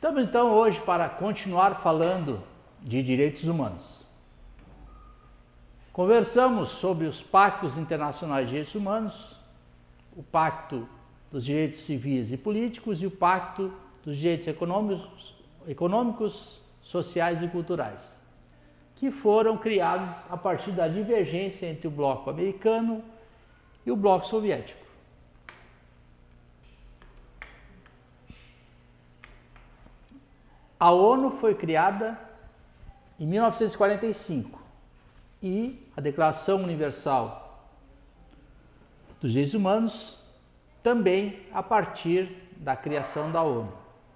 Estamos então hoje para continuar falando de direitos humanos. Conversamos sobre os pactos internacionais de direitos humanos, o Pacto dos Direitos Civis e Políticos e o Pacto dos Direitos Econômicos, Sociais e Culturais, que foram criados a partir da divergência entre o bloco americano e o bloco soviético. A ONU foi criada em 1945 e a Declaração Universal dos Direitos Humanos também a partir da criação da ONU.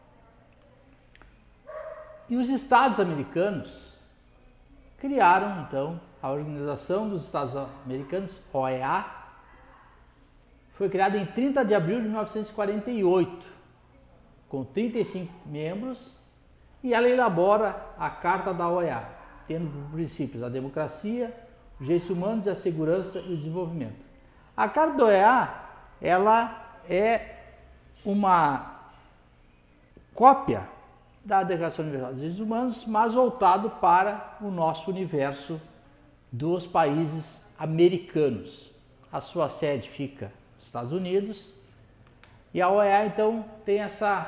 E os Estados americanos criaram, então, a Organização dos Estados Americanos, OEA, foi criada em 30 de abril de 1948, com 35 membros, e ela elabora a Carta da OEA, tendo por princípios a democracia, os direitos humanos, a segurança e o desenvolvimento. A Carta da OEA, ela é uma cópia da Declaração Universal dos Direitos Humanos, mas voltado para o nosso universo dos países americanos. A sua sede fica nos Estados Unidos e a OEA, então, tem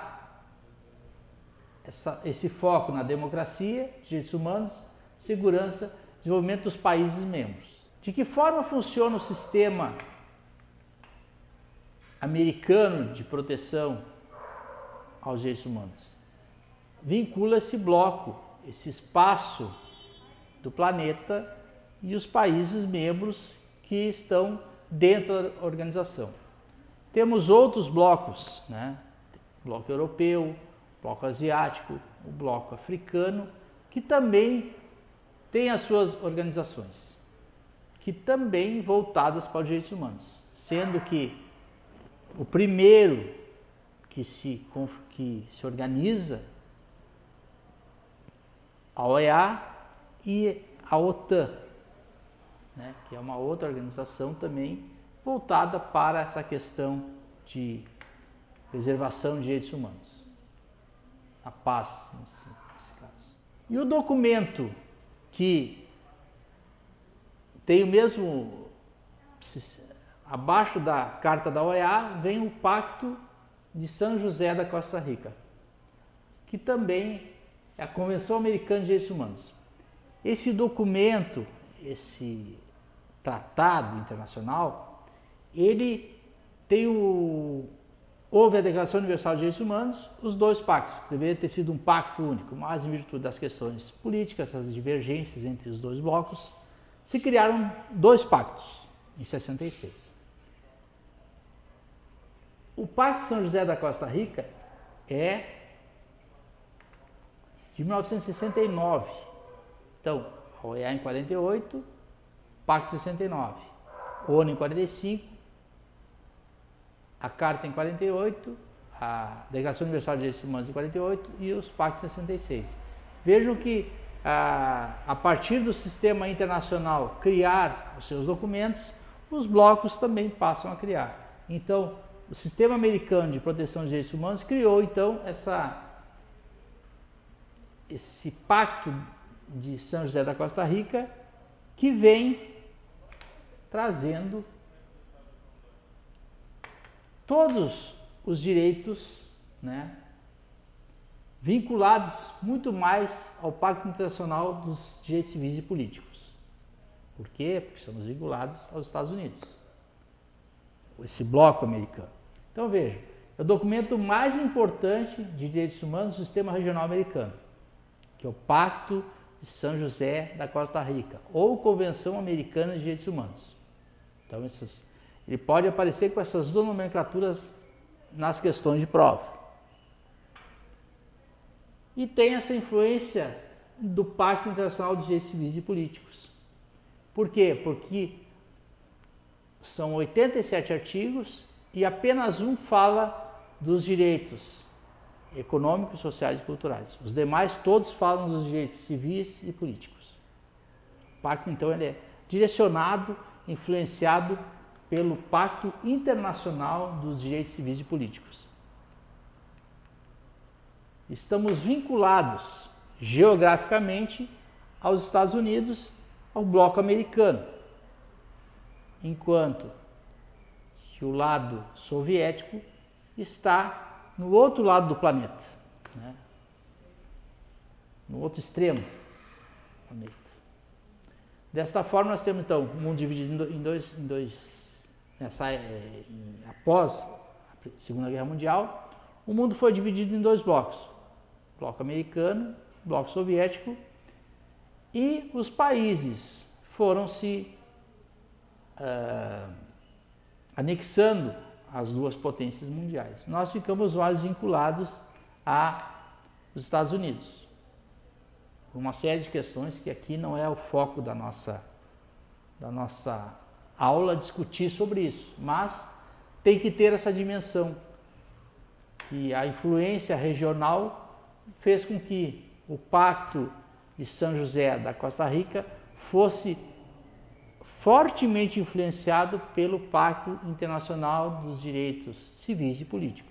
esse foco na democracia, direitos humanos, segurança, desenvolvimento dos países membros. De que forma funciona o sistema americano de proteção aos direitos humanos? Vincula esse bloco, esse espaço do planeta e os países membros que estão dentro da organização. Temos outros blocos, né? O bloco europeu, o bloco asiático, o bloco africano, que também tem as suas organizações, que também voltadas para os direitos humanos, sendo que o primeiro que se organiza a OEA e a OTAN, né, que é uma outra organização também voltada para essa questão de preservação de direitos humanos, a paz nesse caso. E o documento que tem o mesmo, abaixo da Carta da OEA, vem o Pacto de São José da Costa Rica, que também é a Convenção Americana de Direitos Humanos. Esse documento, esse tratado internacional, ele tem houve a Declaração Universal de Direitos Humanos, os dois pactos, que deveria ter sido um pacto único, mas em virtude das questões políticas, essas divergências entre os dois blocos, se criaram dois pactos, em 66. O Pacto de São José da Costa Rica é de 1969. Então, a OEA em 48, Pacto em 69, ONU em 45, a Carta em 48, a Declaração Universal de Direitos Humanos em 48 e os Pactos em 66. Vejam que a partir do sistema internacional criar os seus documentos, os blocos também passam a criar. Então, o sistema americano de proteção dos direitos humanos criou, então, esse Pacto de São José da Costa Rica, que vem trazendo todos os direitos, né, vinculados muito mais ao Pacto Internacional dos Direitos Civis e Políticos. Por quê? Porque estamos vinculados aos Estados Unidos, esse bloco americano. Então veja, é o documento mais importante de direitos humanos do sistema regional americano, que é o Pacto de São José da Costa Rica, ou Convenção Americana de Direitos Humanos. Então ele pode aparecer com essas duas nomenclaturas nas questões de prova. E tem essa influência do Pacto Internacional dos Direitos Civis e Políticos. Por quê? Porque são 87 artigos e apenas um fala dos direitos econômicos, sociais e culturais. Os demais todos falam dos direitos civis e políticos. O pacto, então, ele é direcionado, influenciado pelo Pacto Internacional dos Direitos Civis e Políticos. estamos vinculados geograficamente aos Estados Unidos, ao bloco americano, enquanto que o lado soviético está no outro lado do planeta, né? No outro extremo do planeta. Desta forma, nós temos então o mundo dividido em dois após a Segunda Guerra Mundial, o mundo foi dividido em dois blocos, bloco americano, bloco soviético, e os países foram se anexando às duas potências mundiais. Nós ficamos mais vinculados aos Estados Unidos. Uma série de questões que aqui não é o foco da nossa aula discutir sobre isso, mas tem que ter essa dimensão. E a influência regional fez com que o Pacto de São José da Costa Rica fosse fortemente influenciado pelo Pacto Internacional dos Direitos Civis e Políticos.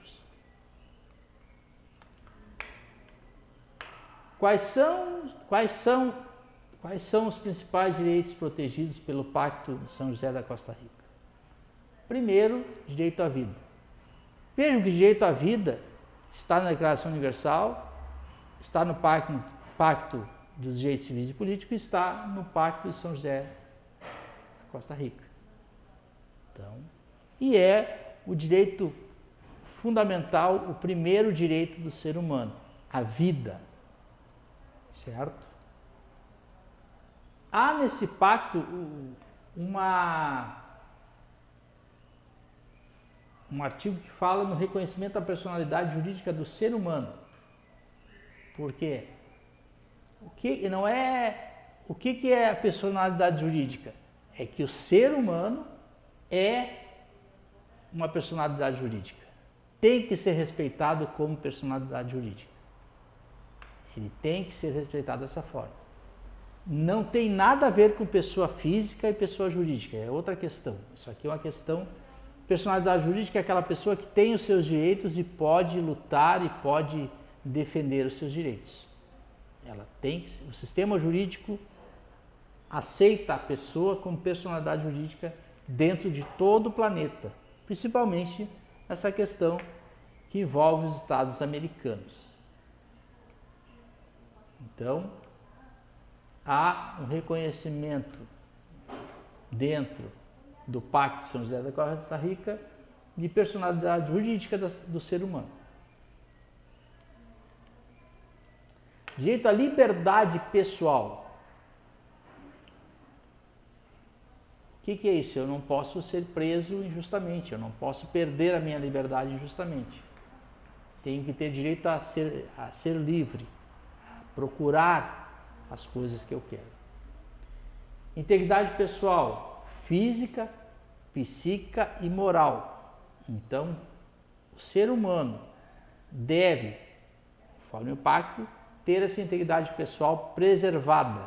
Quais são os principais direitos protegidos pelo Pacto de São José da Costa Rica? Primeiro, direito à vida. Vejam que direito à vida está na Declaração Universal, está no Pacto dos Direitos Civis e Políticos e está no Pacto de São José da Costa Rica. Então, e é o direito fundamental, o primeiro direito do ser humano, a vida. Certo? Há nesse pacto um artigo que fala no reconhecimento da personalidade jurídica do ser humano. Por quê? O que é a personalidade jurídica? É que o ser humano é uma personalidade jurídica. Tem que ser respeitado como personalidade jurídica. Ele tem que ser respeitado dessa forma. Não tem nada a ver com pessoa física e pessoa jurídica, é outra questão. Isso aqui é uma questão. Personalidade jurídica é aquela pessoa que tem os seus direitos e pode lutar e pode defender os seus direitos. O sistema jurídico aceita a pessoa como personalidade jurídica dentro de todo o planeta, principalmente nessa questão que envolve os Estados americanos. Então, há um reconhecimento dentro do Pacto de São José da Costa Rica de personalidade jurídica do ser humano. Direito à liberdade pessoal. O que é isso? Eu não posso ser preso injustamente, eu não posso perder a minha liberdade injustamente. Tenho que ter direito a ser livre, procurar as coisas que eu quero. Integridade pessoal, física, psíquica e moral. Então, o ser humano deve, conforme o pacto, ter essa integridade pessoal preservada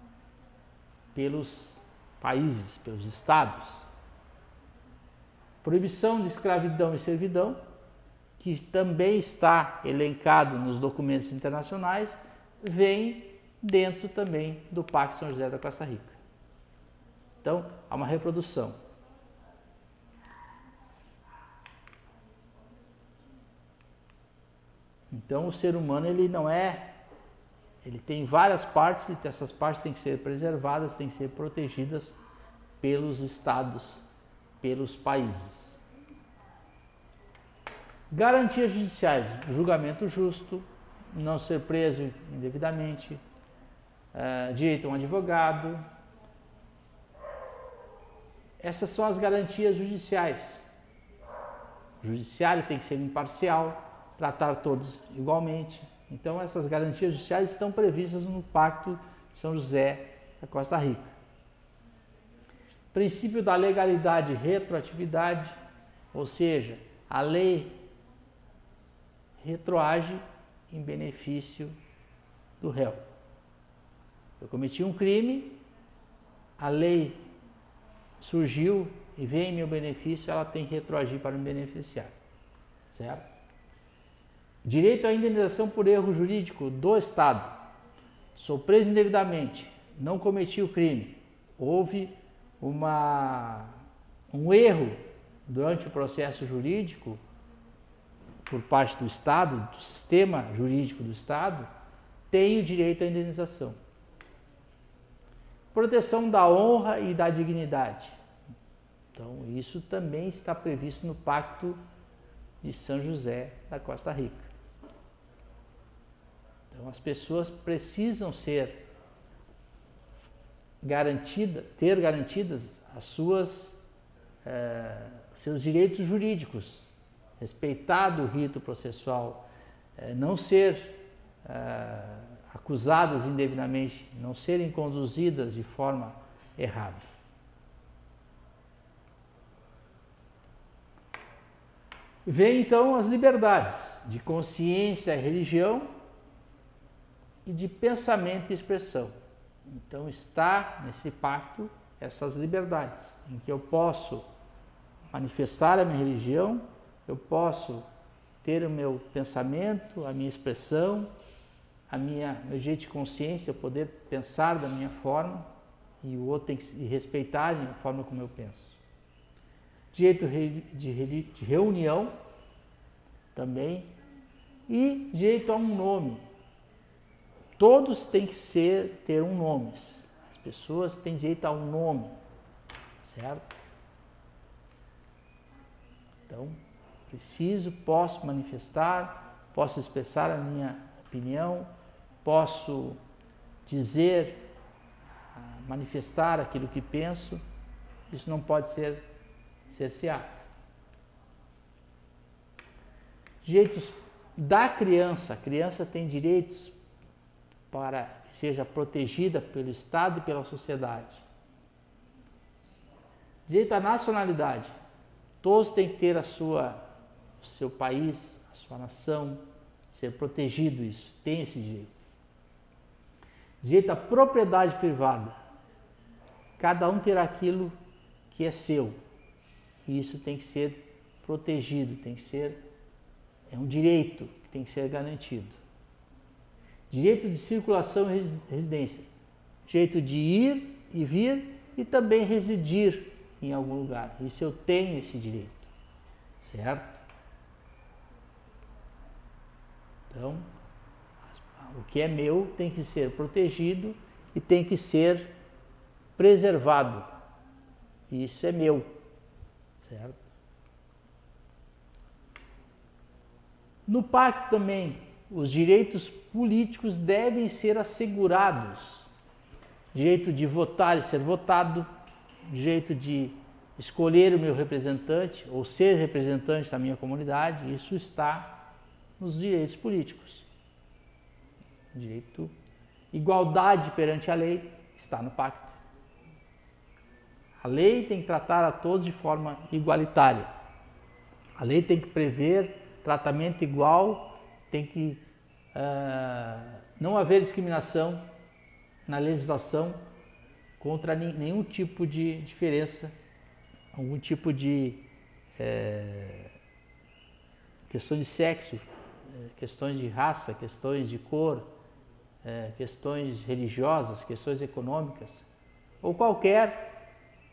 pelos países, pelos estados. Proibição de escravidão e servidão, que também está elencado nos documentos internacionais, vem dentro também do Pacto de São José da Costa Rica. Então, há uma reprodução. Então, o ser humano, ele tem várias partes, e essas partes têm que ser preservadas, têm que ser protegidas pelos estados, pelos países. Garantias judiciais, julgamento justo, não ser preso indevidamente, direito a um advogado. Essas são as garantias judiciais. O judiciário tem que ser imparcial, tratar todos igualmente. Então, essas garantias judiciais estão previstas no Pacto de São José da Costa Rica. Princípio da legalidade e retroatividade, ou seja, a lei retroage em benefício do réu. Eu cometi um crime, a lei surgiu e vem em meu benefício, ela tem que retroagir para me beneficiar, certo? Direito à indenização por erro jurídico do Estado. Sou preso indevidamente, não cometi o crime. Houve um erro durante o processo jurídico por parte do Estado, do sistema jurídico do Estado, tenho direito à indenização. Proteção da honra e da dignidade. Então, isso também está previsto no Pacto de São José da Costa Rica. Então, as pessoas precisam ter garantidas seus direitos jurídicos, respeitado o rito processual, não ser acusadas indevidamente, não serem conduzidas de forma errada. Vem então as liberdades de consciência e religião e de pensamento e expressão. Então está nesse pacto essas liberdades, em que eu posso manifestar a minha religião, eu posso ter o meu pensamento, a minha expressão, meu jeito de consciência, eu poder pensar da minha forma e o outro tem que respeitar a forma como eu penso. Direito de reunião também e direito a um nome. Todos têm que ter um nome. As pessoas têm direito a um nome, certo? Então, posso manifestar, posso expressar a minha opinião, posso dizer, manifestar aquilo que penso. Isso não pode ser cerceado. Direitos da criança. A criança tem direitos para que seja protegida pelo Estado e pela sociedade. Direito à nacionalidade. Todos têm que ter o seu país, a sua nação, ser protegido isso, tem esse direito. Direito à propriedade privada. Cada um terá aquilo que é seu. E isso tem que ser protegido, é um direito que tem que ser garantido. Direito de circulação e residência. Direito de ir e vir e também residir em algum lugar. Isso eu tenho esse direito, certo? Então, o que é meu tem que ser protegido e tem que ser preservado. Isso é meu, certo? No pacto também, os direitos políticos devem ser assegurados. Direito de votar e ser votado, direito de escolher o meu representante ou ser representante da minha comunidade, isso está nos direitos políticos. Igualdade perante a lei está no pacto. A lei tem que tratar a todos de forma igualitária. A lei tem que prever tratamento igual, tem que não haver discriminação na legislação contra nenhum tipo de diferença, algum tipo de questões de sexo, questões de raça, questões de cor, questões religiosas, questões econômicas, ou qualquer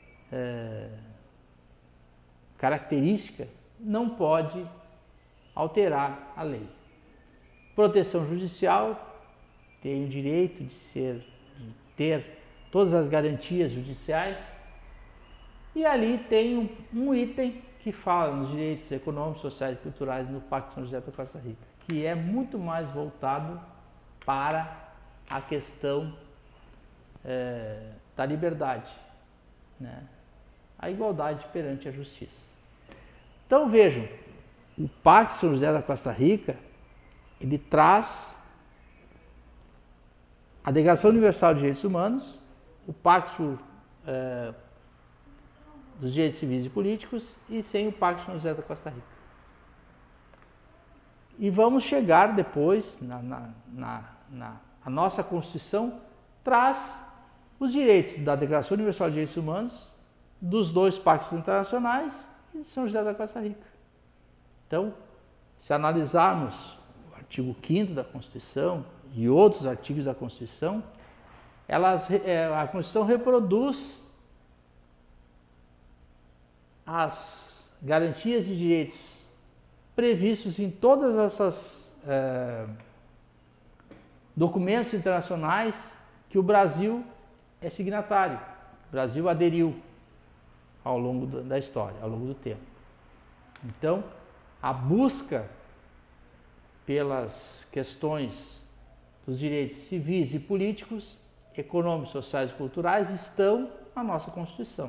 característica não pode alterar a lei. Proteção judicial, tem o direito de ter todas as garantias judiciais, e ali tem um item que fala nos direitos econômicos, sociais e culturais no Pacto de São José da Costa Rica, que é muito mais voltado para a questão da liberdade, né? A igualdade perante a justiça. Então vejam, o Pacto de São José da Costa Rica, ele traz a Declaração Universal de Direitos Humanos, o Pacto dos Direitos Civis e Políticos e sem o Pacto de São José da Costa Rica. E vamos chegar depois, a nossa Constituição traz os direitos da Declaração Universal de Direitos Humanos, dos dois pactos internacionais e de São José da Costa Rica. Então, se analisarmos artigo 5º da Constituição e outros artigos da Constituição, a Constituição reproduz as garantias e direitos previstos em todas essas documentos internacionais que o Brasil é signatário. O Brasil aderiu ao longo da história, ao longo do tempo. Então, a busca pelas questões dos direitos civis e políticos, econômicos, sociais e culturais estão na nossa Constituição.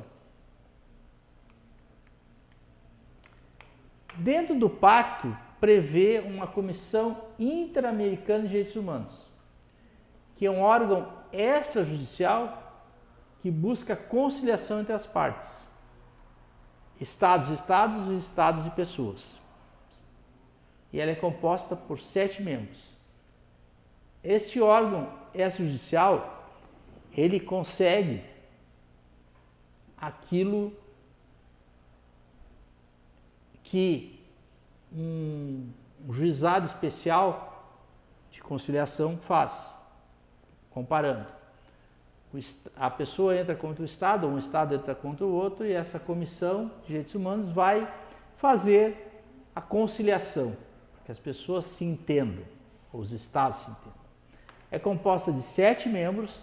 Dentro do pacto, prevê uma Comissão Interamericana de Direitos Humanos, que é um órgão extrajudicial que busca conciliação entre as partes, Estados e Estados e pessoas. E ela é composta por 7 membros. Este órgão extrajudicial, ele consegue aquilo que um juizado especial de conciliação faz, comparando. A pessoa entra contra o Estado, ou um Estado entra contra o outro, e essa Comissão de Direitos Humanos vai fazer a conciliação, para que as pessoas se entendam, ou os Estados se entendam. É composta de 7 membros,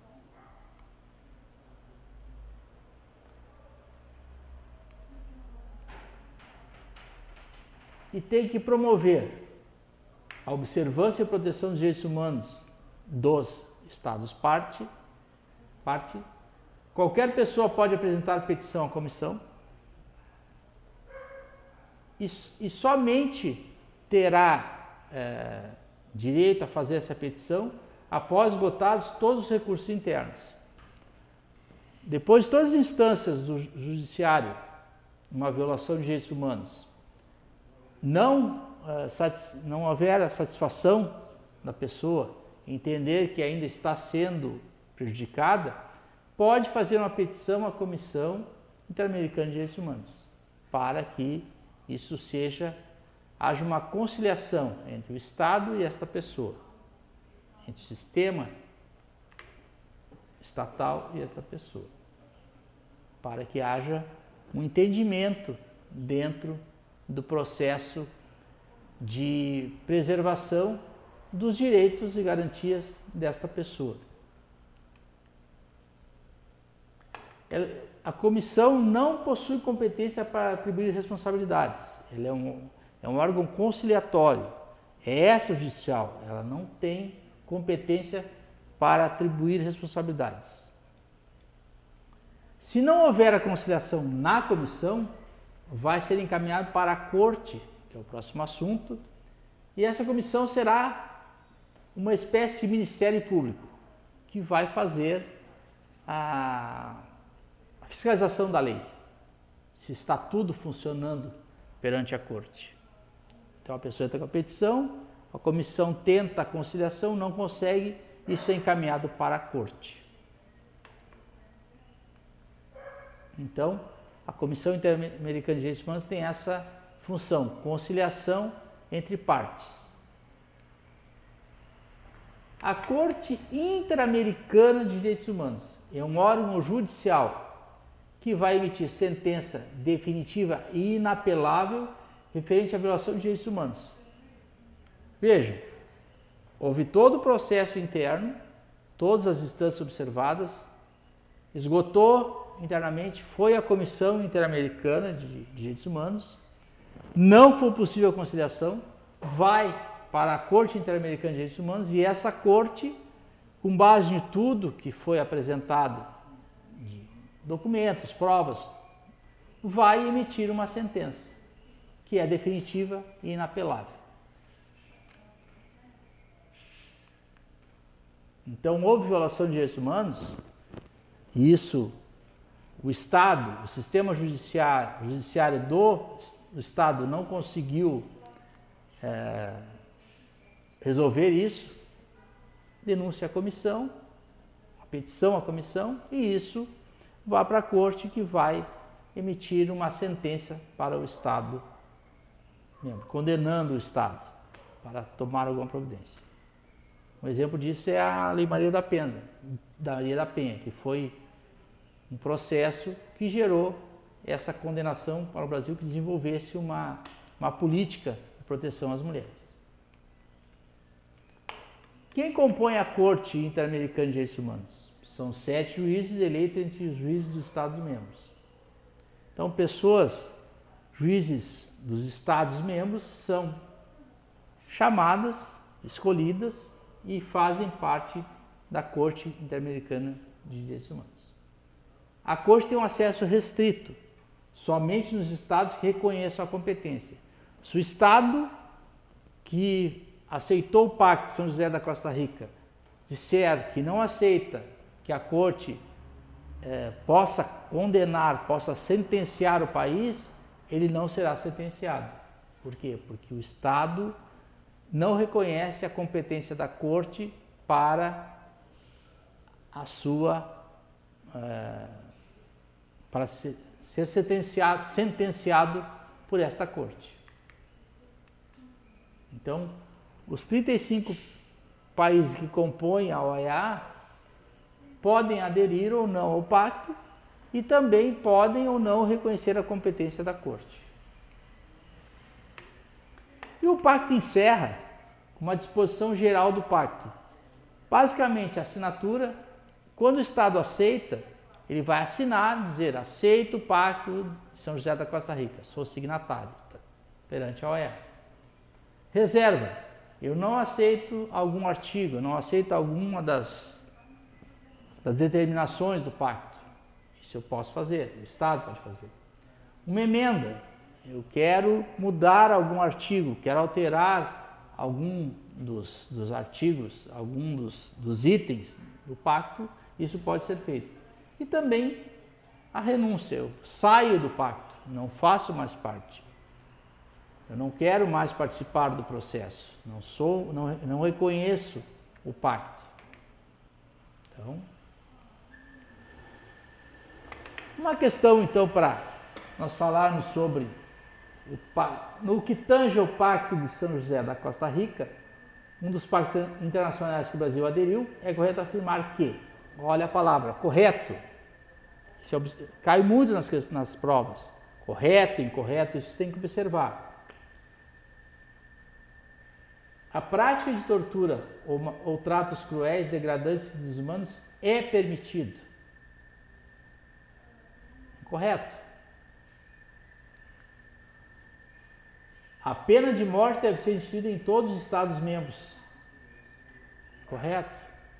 e tem que promover a observância e proteção dos direitos humanos dos Estados parte. Qualquer pessoa pode apresentar petição à comissão e somente terá direito a fazer essa petição após esgotados todos os recursos internos. Depois de todas as instâncias do judiciário, uma violação de direitos humanos, não houver a satisfação da pessoa, entender que ainda está sendo prejudicada, pode fazer uma petição à Comissão Interamericana de Direitos Humanos, para que isso haja uma conciliação entre o Estado e esta pessoa, entre o sistema estatal e esta pessoa, para que haja um entendimento dentro do processo de preservação dos direitos e garantias desta pessoa. A comissão não possui competência para atribuir responsabilidades. Ele é um órgão conciliatório, é extrajudicial, ela não tem competência para atribuir responsabilidades. Se não houver a conciliação na comissão, vai ser encaminhado para a Corte, que é o próximo assunto, e essa comissão será uma espécie de Ministério Público, que vai fazer a fiscalização da lei, se está tudo funcionando perante a Corte. Então a pessoa entra com a petição, a comissão tenta a conciliação, não consegue, isso é encaminhado para a Corte. Então, a Comissão Interamericana de Direitos Humanos tem essa função, conciliação entre partes. A Corte Interamericana de Direitos Humanos é um órgão judicial que vai emitir sentença definitiva e inapelável referente à violação de direitos humanos. Vejam, houve todo o processo interno, todas as instâncias observadas, esgotou internamente, foi à Comissão Interamericana de Direitos Humanos, não foi possível a conciliação, vai para a Corte Interamericana de Direitos Humanos e essa Corte, com base em tudo que foi apresentado, documentos, provas, vai emitir uma sentença, que é definitiva e inapelável. Então, houve violação de direitos humanos, e isso, o Estado, o sistema judiciário do Estado não conseguiu resolver isso, denúncia à comissão, a petição à comissão, e isso vai para a Corte, que vai emitir uma sentença para o Estado, condenando o Estado. para tomar alguma providência. Um exemplo disso é a Lei Maria da Penha, que foi um processo que gerou essa condenação para o Brasil que desenvolvesse uma política de proteção às mulheres. Quem compõe a Corte Interamericana de Direitos Humanos? São 7 juízes eleitos entre os juízes dos Estados-membros. Então, juízes dos Estados-membros são chamadas, escolhidas e fazem parte da Corte Interamericana de Direitos Humanos. A Corte tem um acesso restrito, somente nos estados que reconheçam a competência. Se o estado que aceitou o Pacto de São José da Costa Rica disser que não aceita que a Corte possa condenar, possa sentenciar o país, ele não será sentenciado. Por quê? Porque o Estado não reconhece a competência da Corte para a sua para ser sentenciado por esta Corte. Então, os 35 países que compõem a OEA podem aderir ou não ao pacto e também podem ou não reconhecer a competência da Corte. E o pacto encerra com uma disposição geral do pacto. Basicamente, a assinatura, quando o Estado aceita, ele vai assinar, dizer: aceito o Pacto de São José da Costa Rica, sou signatário perante a OEA. Reserva: eu não aceito algum artigo, eu não aceito alguma das determinações do pacto. Isso eu posso fazer, o Estado pode fazer. Uma emenda: eu quero mudar algum artigo, quero alterar algum dos artigos, algum dos itens do pacto, isso pode ser feito. E também a renúncia: eu saio do pacto, não faço mais parte. Eu não quero mais participar do processo, não reconheço o pacto. Então, uma questão então para nós falarmos sobre no que tange ao Pacto de São José da Costa Rica, um dos pactos internacionais que o Brasil aderiu, é correto afirmar que, olha a palavra, correto, cai muito nas provas, correto, incorreto, isso tem que observar. A prática de tortura ou tratos cruéis, degradantes e desumanos é permitido. Correto. A pena de morte deve ser instituída em todos os Estados-membros. Correto.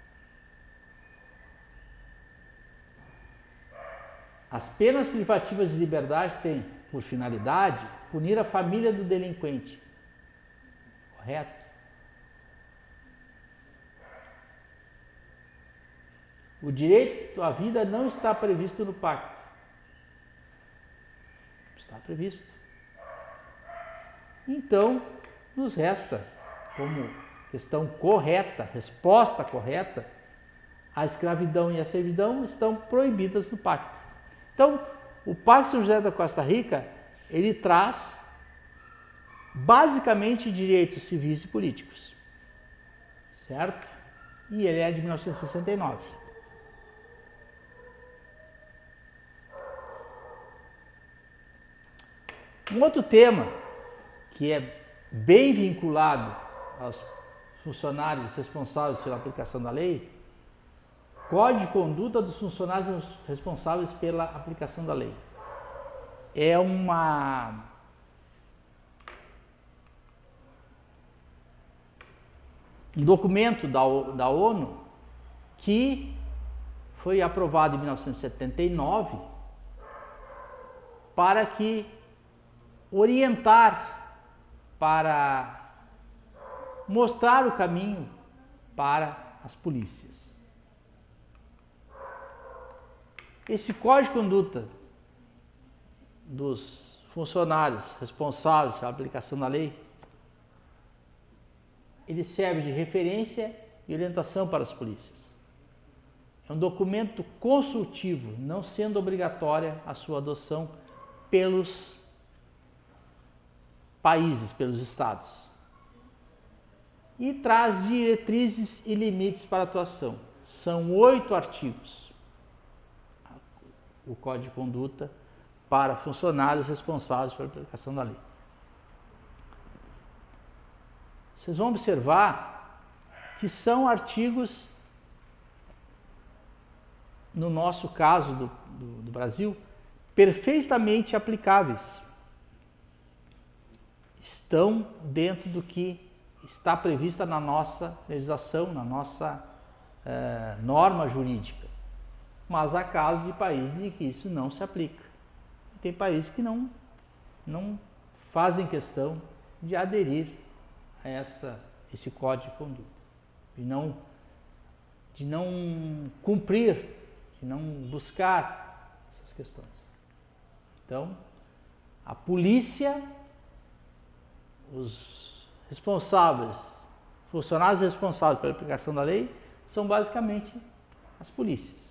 As penas privativas de liberdade têm por finalidade punir a família do delinquente. Correto. O direito à vida não está previsto no pacto. Está previsto. Então, nos resta, como questão correta, resposta correta, a escravidão e a servidão estão proibidas no pacto. Então, o Pacto de São José da Costa Rica, ele traz basicamente direitos civis e políticos, certo? E ele é de 1969. Um outro tema que é bem vinculado aos funcionários responsáveis pela aplicação da lei, Código de Conduta dos Funcionários Responsáveis pela Aplicação da Lei. É um documento da ONU que foi aprovado em 1979 para orientar, para mostrar o caminho para as polícias. Esse Código de Conduta dos funcionários responsáveis pela aplicação da lei, ele serve de referência e orientação para as polícias. É um documento consultivo, não sendo obrigatória a sua adoção pelos países, pelos estados. e traz diretrizes e limites para a atuação. São 8 artigos. O Código de Conduta para funcionários responsáveis pela aplicação da lei. Vocês vão observar que são artigos, no nosso caso do Brasil, perfeitamente aplicáveis. Estão dentro do que está prevista na nossa legislação, na nossa norma jurídica. Mas há casos de países em que isso não se aplica. Tem países que não fazem questão de aderir a esse Código de Conduta, de não cumprir, de não buscar essas questões. Então, a polícia, os responsáveis, funcionários responsáveis pela aplicação da lei, são basicamente as polícias.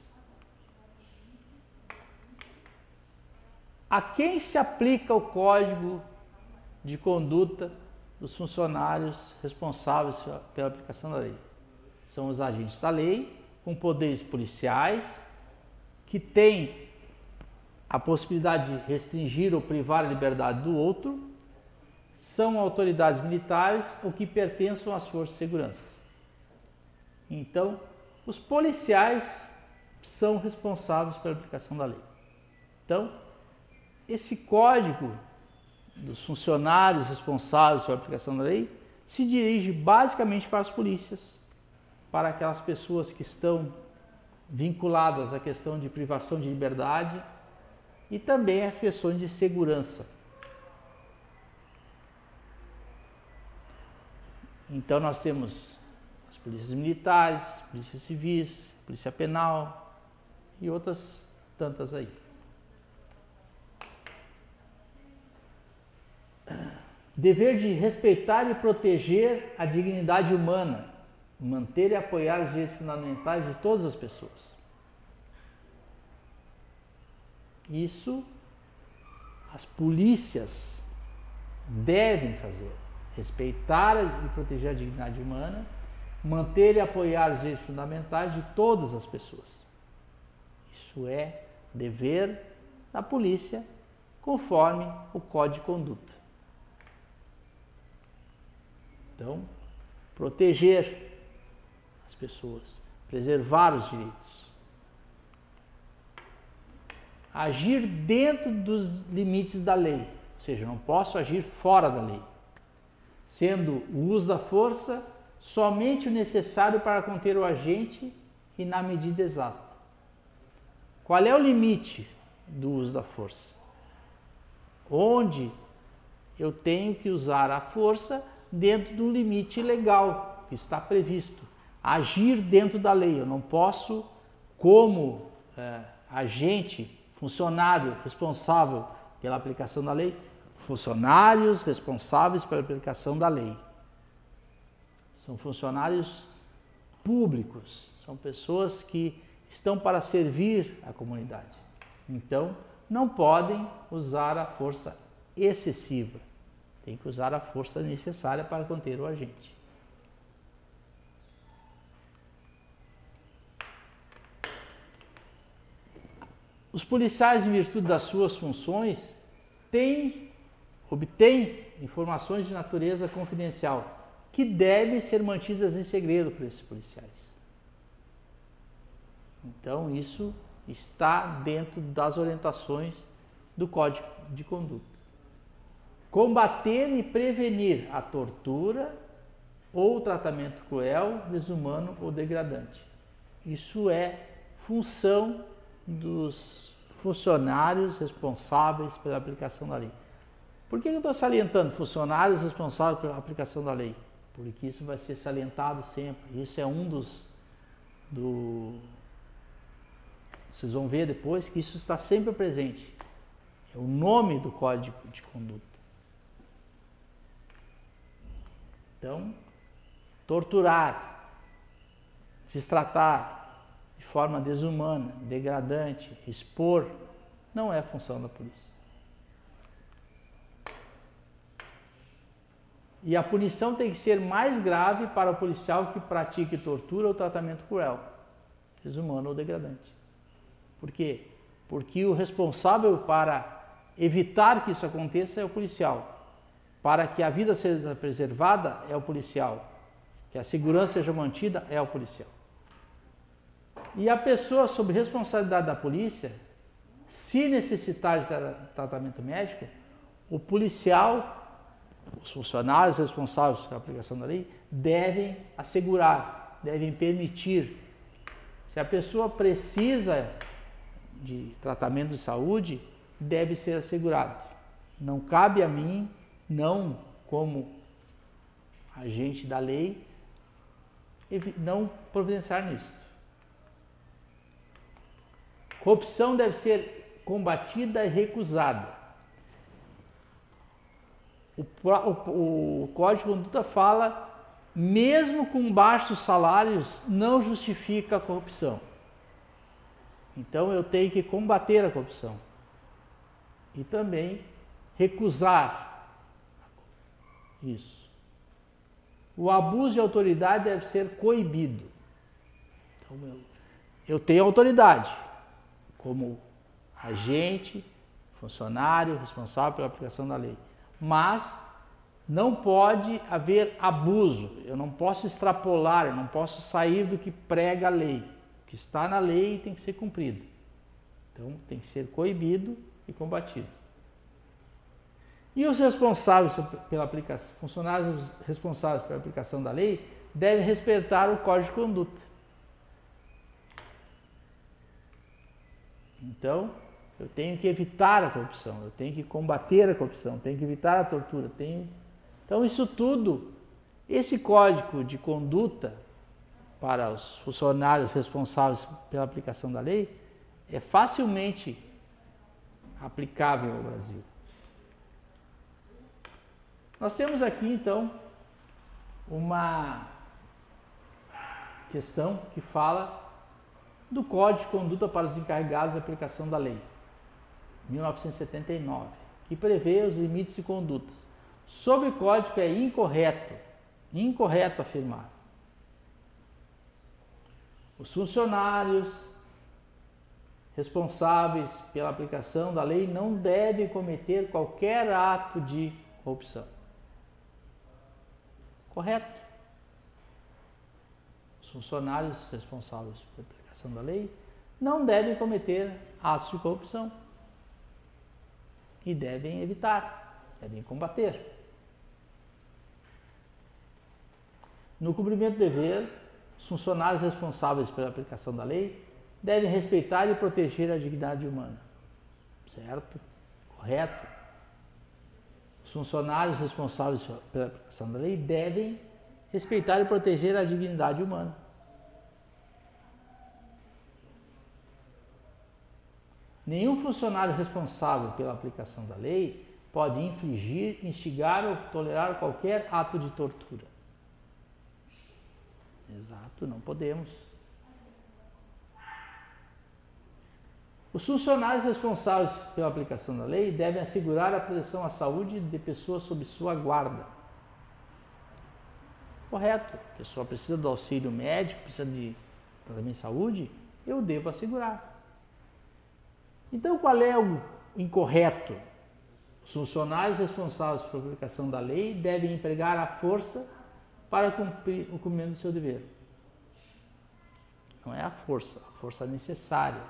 A quem se aplica o Código de Conduta dos funcionários responsáveis pela aplicação da lei? São os agentes da lei, com poderes policiais, que têm a possibilidade de restringir ou privar a liberdade do outro, são autoridades militares ou que pertencem às forças de segurança. Então, os policiais são responsáveis pela aplicação da lei. Então, esse código dos funcionários responsáveis pela aplicação da lei se dirige basicamente para as polícias, para aquelas pessoas que estão vinculadas à questão de privação de liberdade e também às questões de segurança. Então nós temos as polícias militares, polícias civis, polícia penal e outras tantas aí. Dever de respeitar e proteger a dignidade humana, manter e apoiar os direitos fundamentais de todas as pessoas. Isso as polícias devem fazer. Respeitar e proteger a dignidade humana, manter e apoiar os direitos fundamentais de todas as pessoas. Isso é dever da polícia, conforme o Código de Conduta. Então, proteger as pessoas, preservar os direitos. Agir dentro dos limites da lei, ou seja, não posso agir fora da lei, sendo o uso da força somente o necessário para conter o agente e na medida exata. Qual é o limite do uso da força? Onde eu tenho que usar a força dentro do limite legal que está previsto. Agir dentro da lei. Eu não posso, como agente, funcionário responsável pela aplicação da lei, funcionários responsáveis pela aplicação da lei. São funcionários públicos, são pessoas que estão para servir a comunidade. Então, não podem usar a força excessiva. Tem que usar a força necessária para conter o agente. Os policiais, em virtude das suas funções, obtêm informações de natureza confidencial que devem ser mantidas em segredo por esses policiais. Então, isso está dentro das orientações do Código de Conduta. Combater e prevenir a tortura ou o tratamento cruel, desumano ou degradante. Isso é função dos funcionários responsáveis pela aplicação da lei. Por que eu estou salientando funcionários responsáveis pela aplicação da lei? Porque isso vai ser salientado sempre. Isso é vocês vão ver depois que isso está sempre presente. É o nome do Código de Conduta. Então, torturar, destratar de forma desumana, degradante, expor, não é função da polícia. E a punição tem que ser mais grave para o policial que pratique tortura ou tratamento cruel, desumano ou degradante. Por quê? Porque o responsável para evitar que isso aconteça é o policial. Para que a vida seja preservada é o policial. Que a segurança seja mantida é o policial. E a pessoa sob responsabilidade da polícia, se necessitar de tratamento médico, o policial, os funcionários responsáveis pela aplicação da lei, devem assegurar, devem permitir. Se a pessoa precisa de tratamento de saúde, deve ser assegurado. Não cabe a mim, não como agente da lei, não providenciar nisso. Corrupção deve ser combatida e recusada. O Código de Conduta fala, mesmo com baixos salários, não justifica a corrupção. Então eu tenho que combater a corrupção e também recusar isso. O abuso de autoridade deve ser coibido. Então eu tenho autoridade como agente, funcionário, responsável pela aplicação da lei. Mas não pode haver abuso, eu não posso extrapolar, eu não posso sair do que prega a lei. O que está na lei tem que ser cumprido. Então tem que ser coibido e combatido. E os responsáveis pela aplicação, funcionários responsáveis pela aplicação da lei, devem respeitar o Código de Conduta. Então, eu tenho que evitar a corrupção, eu tenho que combater a corrupção, eu tenho que evitar a tortura. Então, isso tudo, esse Código de Conduta para os funcionários responsáveis pela aplicação da lei é facilmente aplicável ao Brasil. Nós temos aqui, então, uma questão que fala do Código de Conduta para os encarregados da aplicação da lei, 1979, que prevê os limites de condutas. Sobre o Código é incorreto afirmar. Os funcionários responsáveis pela aplicação da lei não devem cometer qualquer ato de corrupção. Correto. Os funcionários responsáveis pela aplicação da lei não devem cometer atos de corrupção e devem evitar, devem combater. No cumprimento do dever, os funcionários responsáveis pela aplicação da lei devem respeitar e proteger a dignidade humana. Certo? Correto? Os funcionários responsáveis pela aplicação da lei devem respeitar e proteger a dignidade humana. Nenhum funcionário responsável pela aplicação da lei pode infligir, instigar ou tolerar qualquer ato de tortura. Exato, não podemos. Os funcionários responsáveis pela aplicação da lei devem assegurar a proteção à saúde de pessoas sob sua guarda. Correto. A pessoa precisa do auxílio médico, precisa de tratamento de saúde, eu devo assegurar. Então, qual é o incorreto? Os funcionários responsáveis pela aplicação da lei devem empregar a força para cumprir o cumprimento do seu dever. Não é a força necessária.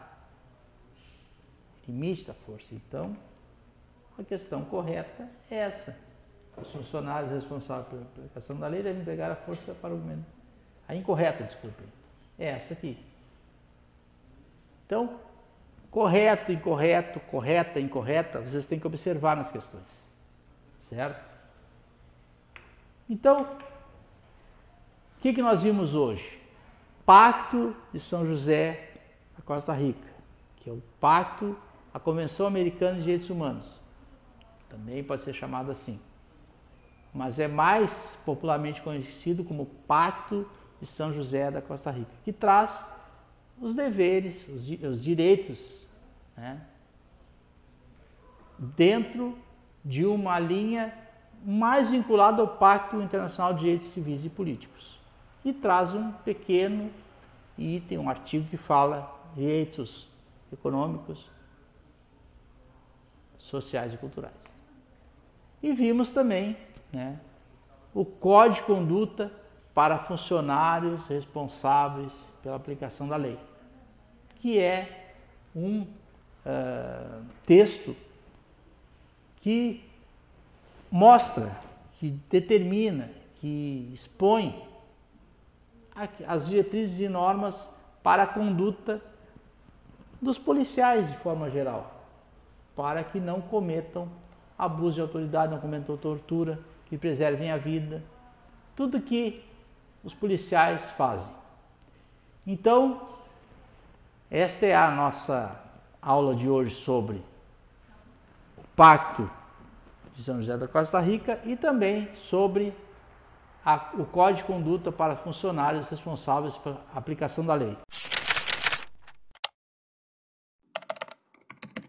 Limite da força. Então, a questão correta é essa. Os funcionários responsáveis pela aplicação da lei devem empregar a força para o cumprimento. A incorreta, desculpem, é essa aqui. Então, correto, incorreto, correta, incorreta, vocês têm que observar nas questões. Certo? Então, o que nós vimos hoje? Pacto de São José da Costa Rica, que é o Pacto, a Convenção Americana de Direitos Humanos. Também pode ser chamado assim. Mas é mais popularmente conhecido como Pacto de São José da Costa Rica, que traz os deveres, os direitos, né, dentro de uma linha mais vinculado ao Pacto Internacional de Direitos Civis e Políticos. E traz um pequeno item, um artigo que fala direitos econômicos, sociais e culturais. E vimos também, né, o Código de Conduta para funcionários responsáveis pela aplicação da lei, que é um texto que mostra, que determina, que expõe as diretrizes e normas para a conduta dos policiais de forma geral, para que não cometam abuso de autoridade, não cometam tortura, que preservem a vida, tudo que os policiais fazem. Então, esta é a nossa aula de hoje sobre o Pacto de São José da Costa Rica e também sobre o Código de Conduta para funcionários responsáveis pela aplicação da lei.